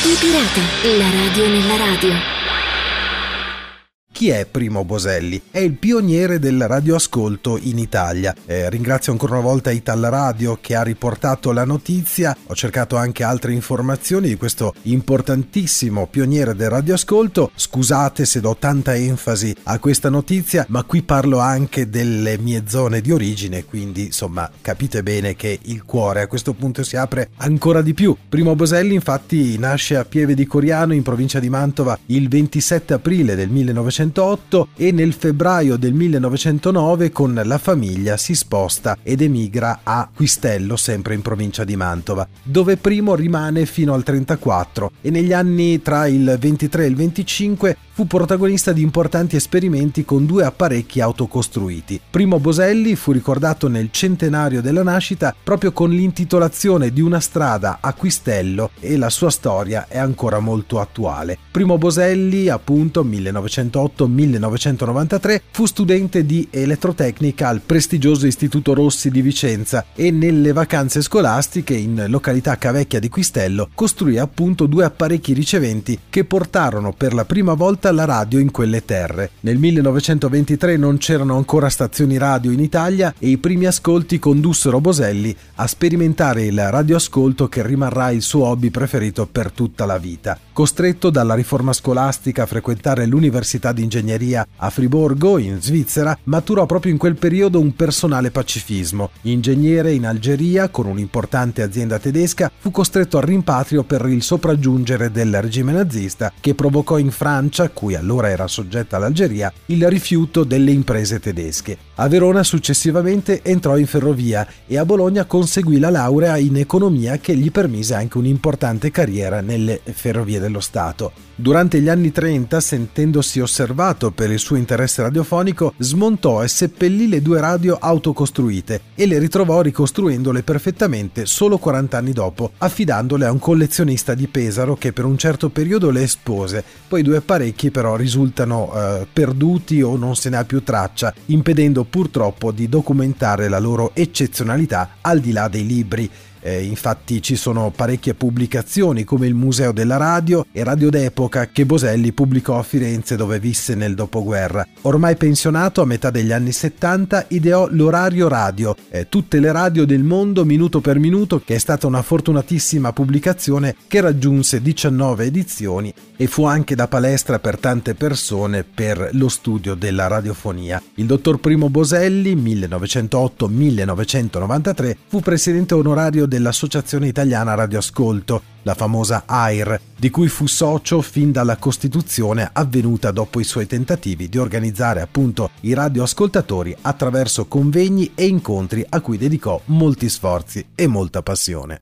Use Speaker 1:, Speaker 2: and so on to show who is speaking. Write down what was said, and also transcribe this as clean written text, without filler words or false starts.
Speaker 1: Radio Pirata, la radio nella radio.
Speaker 2: Chi è Primo Boselli? È il pioniere del radioascolto in Italia. Ringrazio ancora una volta Ital Radio che ha riportato la notizia. Ho cercato anche altre informazioni di questo importantissimo pioniere del radioascolto. Scusate se do tanta enfasi a questa notizia, ma qui parlo anche delle mie zone di origine, quindi insomma capite bene che il cuore a questo punto si apre ancora di più. Primo Boselli infatti nasce a Pieve di Coriano in provincia di Mantova il 27 aprile del 1908 e nel febbraio del 1909 con la famiglia si sposta ed emigra a Quistello, sempre in provincia di Mantova, dove Primo rimane fino al 34 e negli anni tra il 23 e il 25 fu protagonista di importanti esperimenti con 2 apparecchi autocostruiti. Primo Boselli fu ricordato nel centenario della nascita proprio con l'intitolazione di una strada a Quistello e la sua storia è ancora molto attuale. Primo Boselli, appunto, 1908-1993, fu studente di elettrotecnica al prestigioso Istituto Rossi di Vicenza e nelle vacanze scolastiche in località Cavecchia di Quistello costruì appunto 2 apparecchi riceventi che portarono per la prima volta la radio in quelle terre. Nel 1923 non c'erano ancora stazioni radio in Italia e i primi ascolti condussero Boselli a sperimentare il radioascolto che rimarrà il suo hobby preferito per tutta la vita. Costretto dalla riforma scolastica a frequentare l'Università di Ingegneria a Friburgo, in Svizzera, maturò proprio in quel periodo un personale pacifismo. Ingegnere in Algeria, con un'importante azienda tedesca, fu costretto al rimpatrio per il sopraggiungere del regime nazista che provocò in Francia, cui allora era soggetta l'Algeria, il rifiuto delle imprese tedesche. A Verona successivamente entrò in ferrovia e a Bologna conseguì la laurea in economia che gli permise anche un'importante carriera nelle ferrovie dello Stato. Durante gli anni 30, sentendosi osservato per il suo interesse radiofonico, smontò e seppellì le 2 radio autocostruite e le ritrovò ricostruendole perfettamente solo 40 anni dopo, affidandole a un collezionista di Pesaro che per un certo periodo le espose. Poi i 2 apparecchi però risultano perduti o non se ne ha più traccia, impedendo purtroppo di documentare la loro eccezionalità al di là dei libri. Infatti ci sono parecchie pubblicazioni come il Museo della Radio e Radio d'Epoca che Boselli pubblicò a Firenze dove visse nel dopoguerra. Ormai pensionato a metà degli anni 70 ideò l'Orario Radio, tutte le radio del mondo minuto per minuto, che è stata una fortunatissima pubblicazione che raggiunse 19 edizioni e fu anche da palestra per tante persone per lo studio della radiofonia. Il dottor Primo Boselli, 1908-1993, fu presidente onorario dell'Associazione Italiana Radioascolto, la famosa AIR, di cui fu socio fin dalla costituzione avvenuta dopo i suoi tentativi di organizzare appunto i radioascoltatori attraverso convegni e incontri a cui dedicò molti sforzi e molta passione.